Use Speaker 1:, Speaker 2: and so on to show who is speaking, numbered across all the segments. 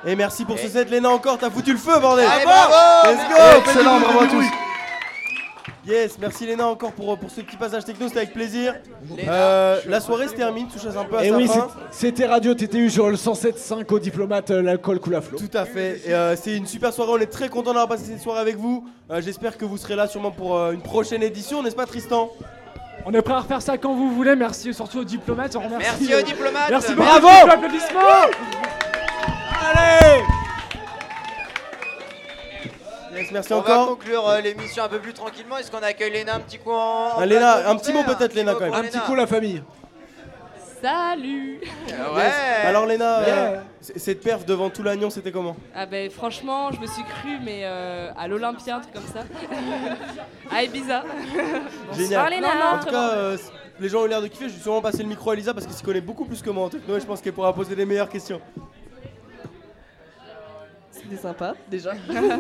Speaker 1: Et merci pour ce set, Léna, encore, t'as foutu le feu, bordel.
Speaker 2: Allez, bravo.
Speaker 1: Let's go.
Speaker 3: Excellent, bravo à tous.
Speaker 1: Yes, merci Léna encore pour ce petit passage techno, c'était avec plaisir. La soirée se termine, touche un peu à
Speaker 4: Et
Speaker 1: sa
Speaker 4: oui,
Speaker 1: fin.
Speaker 4: c'était Radio TTU sur le 107.5 au diplomate, l'alcool coule à flot.
Speaker 1: Tout à fait, et c'est une super soirée, on est très content d'avoir passé cette soirée avec vous. J'espère que vous serez là sûrement pour une prochaine édition, n'est-ce pas Tristan?
Speaker 5: On est prêt à refaire ça quand vous voulez, merci surtout aux diplomates. On remercie,
Speaker 2: Merci aux diplomates.
Speaker 5: Merci beaucoup,
Speaker 4: Bravo.
Speaker 5: applaudissements.
Speaker 1: Allez. Yes, merci
Speaker 2: On
Speaker 1: encore.
Speaker 2: va conclure l'émission un peu plus tranquillement. Est-ce qu'on accueille Léna un petit coup en
Speaker 1: Léna,
Speaker 2: plateau
Speaker 1: un petit mot peut-être Léna quand même.
Speaker 4: Un petit coup la famille.
Speaker 6: Salut.
Speaker 2: Ouais.
Speaker 1: Yes. Alors Léna, cette perf devant tout l'Agnon, c'était comment?
Speaker 6: Ah ben franchement, je me suis cru mais à l'Olympia, un truc comme ça. À Ibiza.
Speaker 1: Génial.
Speaker 6: Léna.
Speaker 1: En tout cas, les gens ont l'air de kiffer. Je vais sûrement passer le micro à Lisa parce qu'elle s'y connaît beaucoup plus que moi en techno et je pense qu'elle pourra poser les meilleures questions.
Speaker 7: C'était sympa, déjà.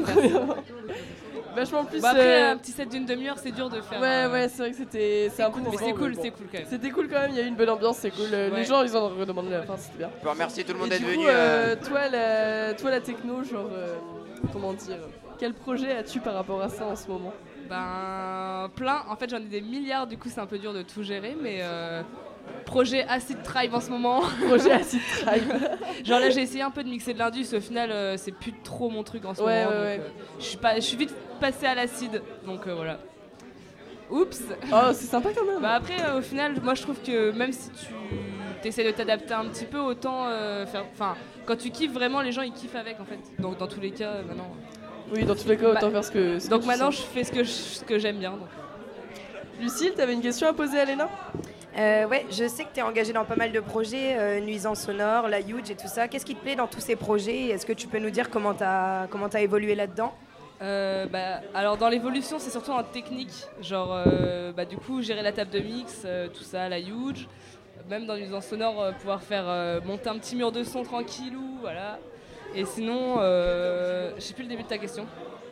Speaker 7: Vachement plus.
Speaker 6: Bon, après, un petit set d'une demi-heure, c'est dur de faire.
Speaker 7: Ouais, c'est vrai que c'est un peu.
Speaker 6: Mais c'est cool, c'est cool quand même.
Speaker 7: C'était cool quand même, il y a eu une bonne ambiance, c'est cool. Les gens, ils en ont redemandé à la fin, c'était bien.
Speaker 2: On peut remercier tout le monde
Speaker 7: Et
Speaker 2: d'être
Speaker 7: du coup,
Speaker 2: venu.
Speaker 7: toi, la techno, genre, comment dire, quel projet as-tu par rapport à ça en ce moment?
Speaker 6: Ben, plein. En fait, j'en ai des milliards, du coup, c'est un peu dur de tout gérer, mais. Projet Acid Tribe en ce moment.
Speaker 7: Projet Acid Tribe.
Speaker 6: Genre là j'ai essayé un peu de mixer de l'indus, au final c'est plus trop mon truc en ce moment.
Speaker 7: Ouais.
Speaker 6: Je suis vite passé à l'acide, donc voilà. Oups.
Speaker 7: Oh c'est sympa quand même.
Speaker 6: Bah après au final moi je trouve que même si tu essaies de t'adapter un petit peu, autant faire. Enfin quand tu kiffes vraiment les gens ils kiffent avec en fait. Donc dans tous les cas maintenant.
Speaker 7: Oui dans tous les cas autant faire ce que.
Speaker 6: Donc maintenant je fais ce que j'aime bien. Donc.
Speaker 7: Lucille, t'avais une question à poser à Léna?
Speaker 8: Ouais, je sais que tu es engagée dans pas mal de projets, nuisances sonores, la Huge et tout ça. Qu'est-ce qui te plaît dans tous ces projets? Est-ce que tu peux nous dire comment tu as évolué là-dedans?
Speaker 6: Alors dans l'évolution c'est surtout en technique, genre du coup gérer la table de mix, tout ça, la Huge, même dans nuisances sonores pouvoir faire monter un petit mur de son tranquillou, voilà. Et sinon, je sais plus le début de ta question.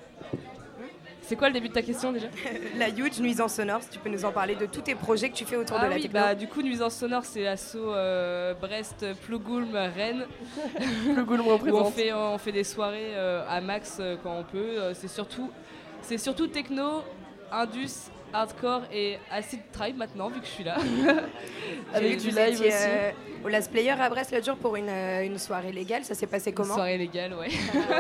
Speaker 6: C'est quoi le début de ta question déjà?
Speaker 8: La Huge, nuisance sonore, si tu peux nous en parler de tous tes projets que tu fais autour de la techno.
Speaker 6: Du coup, nuisance sonore, c'est l'asso Brest, Plougoulm, Rennes.
Speaker 7: Plougoulm représente.
Speaker 6: On fait des soirées à max quand on peut. C'est surtout techno, indus, hardcore et acid tribe maintenant, vu que je suis là.
Speaker 8: Avec du live aussi. Au Last Player à Brest l'autre jour pour une soirée légale, ça s'est passé comment?
Speaker 6: Une soirée légale, ouais.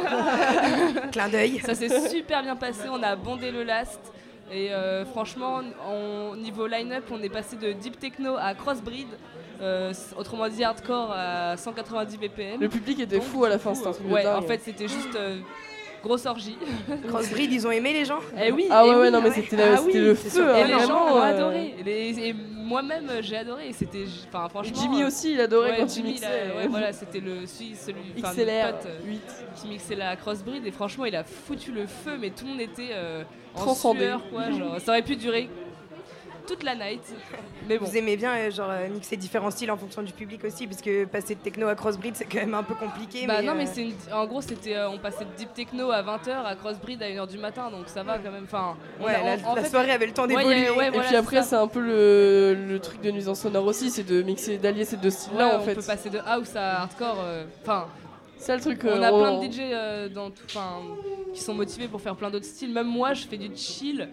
Speaker 8: Clin d'œil.
Speaker 6: Ça s'est super bien passé, on a bondé le Last. Et franchement, niveau line-up, on est passé de deep techno à crossbreed, autrement dit hardcore à 190 BPM.
Speaker 7: Le public était fou à la fin, c'était un truc de
Speaker 6: ouais,
Speaker 7: dingue.
Speaker 6: en fait, c'était juste grosse orgie.
Speaker 8: Crossbreed, ils ont aimé les gens?
Speaker 6: Eh oui.
Speaker 7: Ah
Speaker 6: ouais,
Speaker 7: non mais c'était le feu.
Speaker 6: Et les gens ont adoré. Et moi-même j'ai adoré. C'était, franchement.
Speaker 7: Jimmy aussi, il adorait quand
Speaker 6: Jimmy,
Speaker 7: il mixait.
Speaker 6: ouais, voilà, c'était celui
Speaker 7: XLR
Speaker 6: pote,
Speaker 7: 8
Speaker 6: qui mixait la crossbreed et franchement il a foutu le feu, mais tout le monde était en
Speaker 7: transcendé.
Speaker 6: sueur, quoi. Genre, ça aurait pu durer toute la night. Mais bon.
Speaker 8: Vous aimez bien mixer différents styles en fonction du public aussi, parce que passer de techno à crossbreed c'est quand même un peu compliqué.
Speaker 6: Bah non mais en gros c'était on passait de deep techno à 20h à crossbreed à 1h du matin, donc ça va quand même. Enfin,
Speaker 8: la soirée avait le temps d'évoluer.
Speaker 6: Ouais,
Speaker 7: et puis après c'est un peu le truc de nuisance sonore aussi, c'est de mixer, d'allier ces deux styles là en fait.
Speaker 6: On peut passer de house à hardcore.
Speaker 7: C'est le truc.
Speaker 6: On a plein de DJ qui sont motivés pour faire plein d'autres styles. Même moi je fais du chill.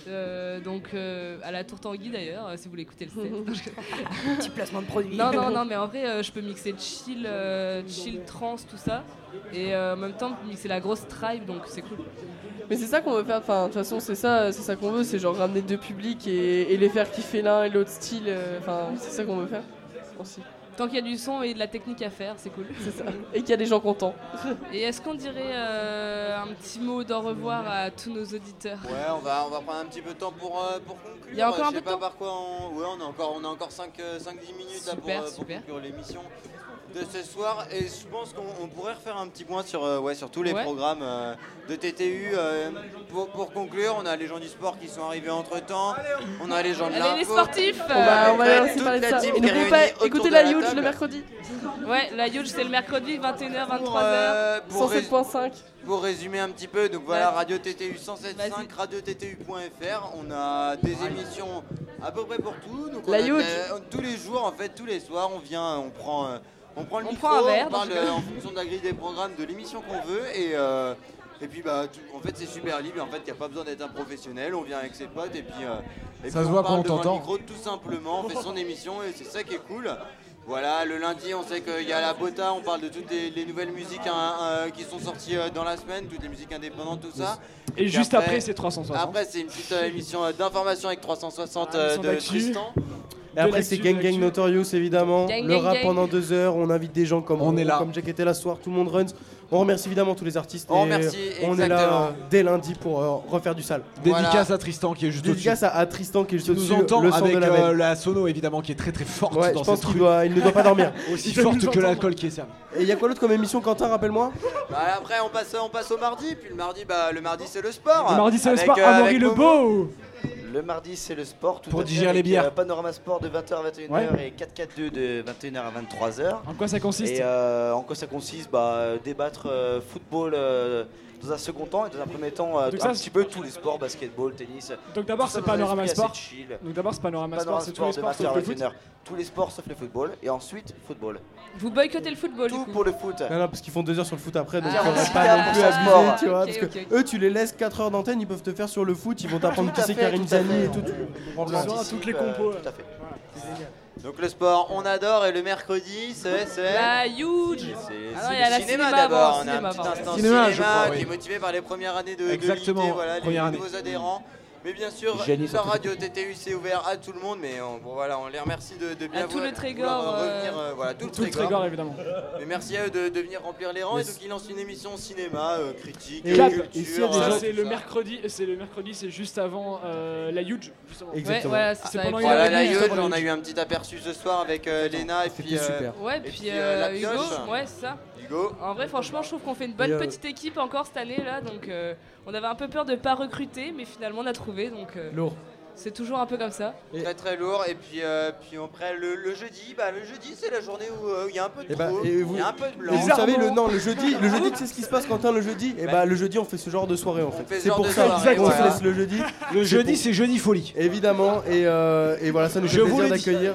Speaker 6: À la Tour Tanguy d'ailleurs, si vous voulez écouter le set.
Speaker 8: Petit placement de produit.
Speaker 6: Non, mais en vrai, je peux mixer chill, trance, tout ça, et en même temps mixer la grosse tribe, donc c'est cool.
Speaker 7: Mais c'est ça qu'on veut faire. Enfin, de toute façon, c'est ça qu'on veut, c'est genre ramener deux publics et les faire kiffer l'un et l'autre style. Enfin, c'est ça qu'on veut faire aussi.
Speaker 6: Tant qu'il y a du son et de la technique à faire, c'est cool.
Speaker 7: C'est ça. Et qu'il y a des gens contents.
Speaker 6: Et est-ce qu'on dirait un petit mot d'au revoir à tous nos auditeurs?
Speaker 2: Ouais, on va prendre un petit peu de temps pour conclure.
Speaker 6: Il y a encore un peu de temps.
Speaker 2: Par quoi on a encore 5-10 minutes là, pour conclure l'émission de ce soir. Et je pense qu'on pourrait refaire un petit point sur tous les programmes de TTU. Pour conclure, on a les gens du sport qui sont arrivés entre temps. On a les gens de l'info.
Speaker 6: Allez les sportifs.
Speaker 7: On va lancer parler de ça. Et n'oubliez pas, écoutez la Huge le mercredi.
Speaker 6: Ouais, la Huge c'est le mercredi 21h, 23h.
Speaker 7: 107.5.
Speaker 2: Pour résumer un petit peu, donc voilà, Radio TTU 107.5, radiottu.fr. On a des émissions à peu près pour tout. Donc tous les jours, en fait, tous les soirs, on vient, on prend on prend le
Speaker 6: On
Speaker 2: micro,
Speaker 6: prend un verre,
Speaker 2: on parle
Speaker 6: dans ce cas.
Speaker 2: en fonction de la grille des programmes de l'émission qu'on veut et puis en fait c'est super libre. En fait, il n'y a pas besoin d'être un professionnel. On vient avec ses potes et puis
Speaker 4: Ça se
Speaker 2: on
Speaker 4: voit
Speaker 2: parle
Speaker 4: quand on
Speaker 2: devant
Speaker 4: t'entend.
Speaker 2: le micro tout simplement. On fait son émission et c'est ça qui est cool. Voilà, le lundi, on sait qu'il y a la Bota, on parle de toutes les nouvelles musiques qui sont sorties dans la semaine, toutes les musiques indépendantes, tout ça.
Speaker 5: Et juste après, c'est 360.
Speaker 2: Après, c'est une petite émission d'information avec 360
Speaker 5: émission
Speaker 2: de
Speaker 5: d'actu.
Speaker 2: Tristan.
Speaker 1: Et après, c'est Gang Gang Notorious, évidemment.
Speaker 6: Gang,
Speaker 1: le
Speaker 6: gang,
Speaker 1: rap
Speaker 6: gang.
Speaker 1: pendant 2 heures. On invite des gens comme
Speaker 4: On est là.
Speaker 1: comme Jack était là ce soir. Tout le monde runs. On remercie évidemment tous les artistes.
Speaker 2: On
Speaker 1: et
Speaker 2: remercie,
Speaker 1: on est là
Speaker 2: exactement.
Speaker 1: dès lundi pour refaire du sale.
Speaker 4: Dédicace à Tristan qui est juste au-dessus.
Speaker 1: Dédicace à Tristan qui est juste
Speaker 4: Qui
Speaker 1: au-dessus.
Speaker 4: nous entend
Speaker 1: le son
Speaker 4: avec
Speaker 1: de la veine.
Speaker 4: la sono évidemment qui est très très forte
Speaker 1: Ouais,
Speaker 4: dans
Speaker 1: je pense
Speaker 4: cette
Speaker 1: qu'il
Speaker 4: rue.
Speaker 1: il ne doit pas dormir.
Speaker 4: Aussi
Speaker 5: Il peut
Speaker 4: forte
Speaker 5: nous
Speaker 4: que
Speaker 5: entendre.
Speaker 4: l'alcool qui est servi.
Speaker 1: Et il y a quoi d'autre comme émission, Quentin, rappelle-moi?
Speaker 2: Après, on passe au mardi, puis le mardi c'est le sport.
Speaker 5: Le mardi, c'est le
Speaker 2: Avec,
Speaker 5: sport.
Speaker 2: avec
Speaker 5: Amaury
Speaker 2: Momo.
Speaker 5: Lebeau.
Speaker 3: Le mardi, c'est le sport. Tout
Speaker 4: Pour
Speaker 3: à fait,
Speaker 4: digérer les
Speaker 3: avec,
Speaker 4: bières.
Speaker 3: Panorama Sport de 20h à 21h
Speaker 5: Ouais.
Speaker 3: et 4-4-2 de 21h à 23h.
Speaker 5: En quoi ça consiste?
Speaker 3: Et en quoi ça consiste? Débattre football dans un second temps et dans un premier temps
Speaker 5: Donc ça,
Speaker 3: un petit peu tous les sports, basketball, tennis.
Speaker 5: Donc d'abord,
Speaker 3: Tout ça
Speaker 5: c'est
Speaker 3: dans un
Speaker 5: Panorama
Speaker 3: esprit
Speaker 5: Sport.
Speaker 3: assez chill.
Speaker 5: Donc d'abord, c'est Panorama Sport,
Speaker 3: Panorama
Speaker 5: c'est tous les
Speaker 3: Sport de
Speaker 5: sports
Speaker 3: 20h
Speaker 5: sauf
Speaker 3: à
Speaker 5: le foot.
Speaker 3: 21h. Tous les sports sauf le football. Et ensuite, football.
Speaker 6: Vous boycottez le football, du
Speaker 3: Tout
Speaker 6: coup.
Speaker 3: pour le foot.
Speaker 1: Non, parce qu'ils font 2 heures sur le foot après, donc
Speaker 6: Ah,
Speaker 1: faudrait
Speaker 6: c'est
Speaker 1: pas
Speaker 3: bien
Speaker 1: non
Speaker 3: pour
Speaker 1: plus
Speaker 3: ça,
Speaker 1: abuser,
Speaker 3: sport.
Speaker 1: tu vois.
Speaker 6: Ok,
Speaker 1: Parce que
Speaker 6: ok.
Speaker 1: eux, tu les laisses 4 heures d'antenne, ils peuvent te faire sur le foot, ils vont t'apprendre
Speaker 3: Tout
Speaker 1: qui
Speaker 3: à
Speaker 1: c'est
Speaker 3: fait,
Speaker 1: Karim
Speaker 3: tout à
Speaker 1: Zani
Speaker 3: fait.
Speaker 1: et tout.
Speaker 3: On
Speaker 5: Ils aura toutes les compos.
Speaker 3: Tout à fait.
Speaker 2: Donc le sport, on adore. Et le mercredi, c'est
Speaker 6: La huge.
Speaker 2: c'est
Speaker 6: Ah non, il y a la
Speaker 2: le cinéma
Speaker 6: cinéma
Speaker 2: d'abord.
Speaker 6: avant,
Speaker 2: On a un
Speaker 6: cinéma
Speaker 2: petit
Speaker 6: avant.
Speaker 2: instant
Speaker 4: Cinéma,
Speaker 2: cinéma,
Speaker 4: je crois, oui.
Speaker 2: qui est motivé par les premières années de
Speaker 4: Exactement,
Speaker 2: l'IT, voilà, les
Speaker 4: première année.
Speaker 2: nouveaux adhérents. Mais bien sûr,
Speaker 4: Génie,
Speaker 2: la
Speaker 4: surtout.
Speaker 2: radio TTU c'est ouvert à tout le monde, mais on les remercie de bien
Speaker 6: À tout le Trégor,
Speaker 2: vouloir revenir, voilà, tout
Speaker 5: Tout
Speaker 2: le
Speaker 5: le
Speaker 2: Trégor.
Speaker 5: Trégor, évidemment.
Speaker 2: Mais merci à eux de venir remplir les rangs. Et donc ils lancent une émission cinéma, critique,
Speaker 1: Et
Speaker 2: culture.
Speaker 1: et s'il y a des
Speaker 5: Ça,
Speaker 1: gens-
Speaker 5: c'est le mercredi. C'est juste avant la Huge, justement.
Speaker 6: Ouais,
Speaker 1: Exactement.
Speaker 6: voilà, c'est
Speaker 5: C'est
Speaker 6: ça.
Speaker 5: pendant
Speaker 6: Et
Speaker 5: une
Speaker 6: puis,
Speaker 5: heure
Speaker 2: Voilà
Speaker 5: et
Speaker 2: la
Speaker 5: demie, juste
Speaker 2: Yod,
Speaker 5: avant la
Speaker 2: on a
Speaker 5: Huge.
Speaker 2: eu un petit aperçu ce soir avec Léna et puis
Speaker 1: C'était super.
Speaker 6: Ouais,
Speaker 2: Et
Speaker 6: puis
Speaker 2: puis, la
Speaker 6: Hugo,
Speaker 2: pioche.
Speaker 6: ouais, c'est ça.
Speaker 2: Hugo.
Speaker 6: En vrai, franchement, je trouve qu'on fait une bonne
Speaker 1: Et,
Speaker 6: petite équipe encore cette année là, donc on avait un peu peur de pas recruter, mais finalement on a trouvé, donc
Speaker 1: Lourd.
Speaker 6: c'est toujours un peu comme ça.
Speaker 2: Très très lourd. Et puis après le jeudi, le jeudi c'est la journée où il y a un peu de
Speaker 1: Et bah,
Speaker 2: trou,
Speaker 1: et vous-
Speaker 2: il y a un peu de blanc.
Speaker 1: Et vous savez, le jeudi, tu sais ce qui se passe, Quentin, le jeudi? Et bah, le jeudi, on fait ce genre de soirée en
Speaker 2: On fait
Speaker 1: fait.
Speaker 2: ce
Speaker 1: C'est
Speaker 2: genre
Speaker 1: pour
Speaker 2: de
Speaker 1: ça
Speaker 2: soirée,
Speaker 1: qu'on se
Speaker 2: voilà.
Speaker 1: laisse le jeudi.
Speaker 4: Le
Speaker 1: C'est
Speaker 4: jeudi
Speaker 1: pour-
Speaker 4: c'est jeudi folie.
Speaker 1: Évidemment, et voilà, ça nous fait
Speaker 4: Je vous
Speaker 1: plaisir
Speaker 4: le dis.
Speaker 1: d'accueillir.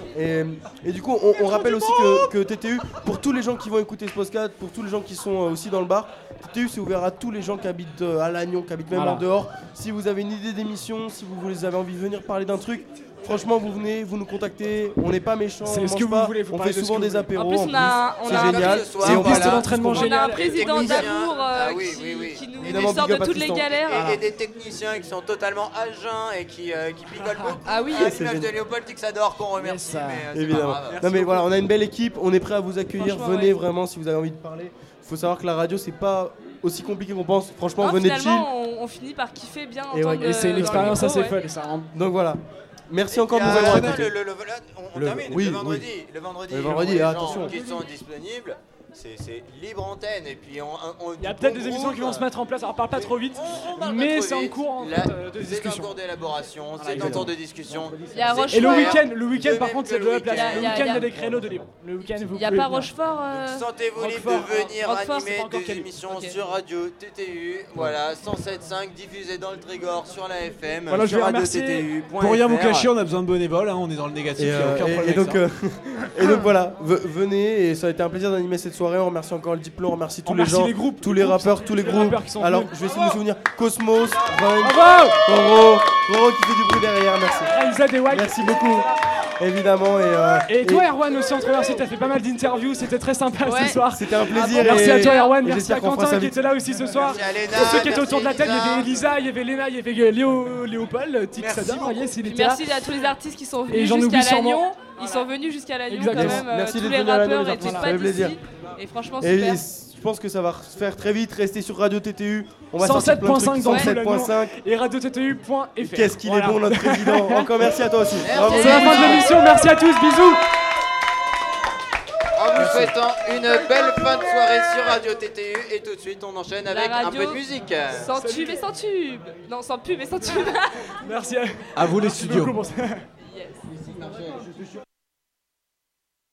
Speaker 1: Et du coup, on rappelle aussi que TTU, pour tous les gens qui vont écouter ce podcast, pour tous les gens qui sont aussi dans le bar, TTU c'est ouvert à tous les gens qui habitent à Lannion, qui habitent même
Speaker 5: Voilà.
Speaker 1: en dehors. Si vous avez une idée d'émission, si vous avez envie de venir parler d'un truc, franchement, vous venez, vous nous contactez, on n'est pas méchants,
Speaker 5: C'est
Speaker 1: on
Speaker 5: ce
Speaker 1: mange
Speaker 5: que vous
Speaker 1: pas,
Speaker 5: voulez, vous
Speaker 1: on
Speaker 5: parlez
Speaker 1: fait
Speaker 5: de ce
Speaker 1: souvent
Speaker 5: que
Speaker 1: des
Speaker 5: vous voulez.
Speaker 1: apéros.
Speaker 6: En plus, on a-
Speaker 1: c'est
Speaker 6: on a-
Speaker 1: génial.
Speaker 2: ce soir,
Speaker 1: Et
Speaker 5: C'est
Speaker 1: on
Speaker 5: une piste
Speaker 1: voilà,
Speaker 5: d'entraînement
Speaker 6: On a un
Speaker 5: génial.
Speaker 6: président
Speaker 2: techniciens.
Speaker 6: d'amour
Speaker 2: Ah oui,
Speaker 6: qui,
Speaker 2: oui, oui.
Speaker 6: qui nous
Speaker 1: Évidemment,
Speaker 6: sort
Speaker 1: big
Speaker 6: de
Speaker 1: up à
Speaker 6: toutes les
Speaker 1: Tristan.
Speaker 6: galères.
Speaker 2: Et des techniciens qui sont totalement à jeun et qui picolent beaucoup.
Speaker 6: Ah oui.
Speaker 2: À
Speaker 1: c'est
Speaker 2: l'image de
Speaker 1: génial.
Speaker 2: Léopold Tixador qu'on remercie.
Speaker 5: Yes,
Speaker 2: Mais c'est pas
Speaker 1: Évidemment.
Speaker 2: grave.
Speaker 1: Non mais voilà, on a une belle équipe, on est prêt à vous accueillir.
Speaker 6: Franchement,
Speaker 1: Venez
Speaker 6: ouais.
Speaker 1: vraiment si vous avez envie de parler. Faut savoir que la radio c'est pas aussi compliqué qu'on pense. Franchement,
Speaker 6: Non,
Speaker 1: venez chill.
Speaker 6: finalement, on finit par kiffer bien
Speaker 1: Et ouais,
Speaker 6: entendre
Speaker 5: Et c'est une
Speaker 6: dans le
Speaker 5: expérience
Speaker 6: micro,
Speaker 5: assez
Speaker 6: ouais.
Speaker 5: folle. Ça rend-
Speaker 1: Donc voilà. Merci
Speaker 2: Et
Speaker 1: encore de
Speaker 2: puis,
Speaker 1: nous avoir
Speaker 2: on
Speaker 1: écoutés.
Speaker 2: on
Speaker 1: Le-
Speaker 2: termine.
Speaker 1: oui,
Speaker 2: le
Speaker 1: oui.
Speaker 2: vendredi,
Speaker 1: Le vendredi,
Speaker 2: les gens
Speaker 1: attention.
Speaker 2: qui sont disponibles, c'est libre antenne. Et puis
Speaker 5: Il y a peut-être des émissions qui vont se mettre en place. Alors parle pas trop vite, mais c'est en cours en fait, de
Speaker 2: C'est en
Speaker 5: discussion.
Speaker 2: cours d'élaboration, c'est en
Speaker 5: exactement.
Speaker 2: cours de discussion.
Speaker 6: Il y a
Speaker 2: C'est
Speaker 6: Rochefort.
Speaker 5: Et le
Speaker 2: super.
Speaker 5: week-end, par
Speaker 2: même
Speaker 5: contre,
Speaker 2: que
Speaker 5: c'est
Speaker 2: le
Speaker 5: de la place.
Speaker 2: week-end.
Speaker 5: Le
Speaker 6: Il y a-
Speaker 5: week-end, il y a des créneaux de libre. Le week-end, vous
Speaker 6: Il n'y
Speaker 5: pouvez
Speaker 6: a pas
Speaker 5: venir.
Speaker 6: Rochefort.
Speaker 2: Sentez-vous libre
Speaker 5: Roquefort.
Speaker 2: de venir
Speaker 6: Roquefort, c'est
Speaker 2: animer
Speaker 6: pas encore
Speaker 2: des
Speaker 6: calé.
Speaker 2: émissions
Speaker 6: Ok.
Speaker 2: sur Radio TTU, voilà, 107.5 diffusé dans le Trégor sur la FM,
Speaker 5: Voilà, je
Speaker 2: sur
Speaker 5: vais
Speaker 2: Radio
Speaker 5: remercier-
Speaker 2: TTU.fr.
Speaker 4: Pour rien vous cacher, on a besoin de bénévoles, hein, on est dans le négatif, il
Speaker 1: Et,
Speaker 4: n'y a aucun problème.
Speaker 1: et
Speaker 4: avec
Speaker 1: donc,
Speaker 4: ça.
Speaker 1: et donc voilà, venez et ça a été un plaisir d'animer cette soirée. On remercie encore le diplôme, on remercie tous
Speaker 5: On
Speaker 1: les
Speaker 5: remercie
Speaker 1: gens,
Speaker 5: les groupes,
Speaker 1: tous les rappeurs, tous les
Speaker 5: les
Speaker 1: groupes.
Speaker 5: rappeurs qui sont
Speaker 1: Alors
Speaker 5: venus.
Speaker 1: je vais essayer de me souvenir. Cosmos, Run,
Speaker 5: Bravo
Speaker 1: Roro qui fait du bruit derrière, merci.
Speaker 5: Raïsa Dewag.
Speaker 1: Merci beaucoup, évidemment.
Speaker 5: Et toi, Erwan, aussi, on te remercie. T'as fait pas mal d'interviews. C'était très sympa
Speaker 6: Ouais.
Speaker 5: ce soir.
Speaker 1: C'était un plaisir.
Speaker 5: Merci
Speaker 1: et-
Speaker 5: à toi, Erwan.
Speaker 1: et
Speaker 5: Merci
Speaker 1: j'espère
Speaker 5: à
Speaker 1: qu'on fera
Speaker 5: Quentin
Speaker 1: ça
Speaker 5: qui
Speaker 1: vite.
Speaker 5: était là aussi ce soir.
Speaker 2: Merci à Léna,
Speaker 5: Pour ceux qui étaient
Speaker 2: merci
Speaker 5: autour de la table, il y
Speaker 2: Elisa.
Speaker 5: avait Elisa, il y avait Léna, il y avait Léopold, Tixador, yes, il
Speaker 6: Puis
Speaker 5: était là.
Speaker 6: merci à tous les artistes qui sont
Speaker 5: Et
Speaker 6: venus
Speaker 5: j'en oublie
Speaker 6: jusqu'à
Speaker 5: sûrement.
Speaker 6: Lannion. Ils sont venus jusqu'à Lannion quand
Speaker 5: Exactement.
Speaker 6: même.
Speaker 1: Merci
Speaker 6: Tous
Speaker 1: d'être
Speaker 6: les
Speaker 1: venus à Lannion,
Speaker 6: rappeurs
Speaker 1: les
Speaker 6: étaient
Speaker 1: artistes,
Speaker 6: pas
Speaker 1: ça fait plaisir.
Speaker 6: d'ici. Et franchement,
Speaker 1: Et
Speaker 6: super.
Speaker 1: je pense que ça va se faire très vite. Restez sur Radio TTU. On va sortir plein de
Speaker 5: 107.5
Speaker 1: trucs.
Speaker 5: dans le
Speaker 1: 107.5.
Speaker 5: Et radio-ttu.fr.
Speaker 1: Qu'est-ce qu'il
Speaker 5: Voilà.
Speaker 1: est bon notre président. Encore merci à toi aussi. Bravo.
Speaker 5: C'est la fin de l'émission. Merci à tous. Bisous.
Speaker 2: En vous souhaitant une belle fin de soirée sur Radio TTU et tout de suite on enchaîne
Speaker 6: La
Speaker 2: avec un
Speaker 6: radio.
Speaker 2: peu de musique.
Speaker 6: Sans tube et sans tube. Non, sans pub et sans tube.
Speaker 4: À vous les studios.
Speaker 5: Beaucoup pour ça.
Speaker 6: Yes.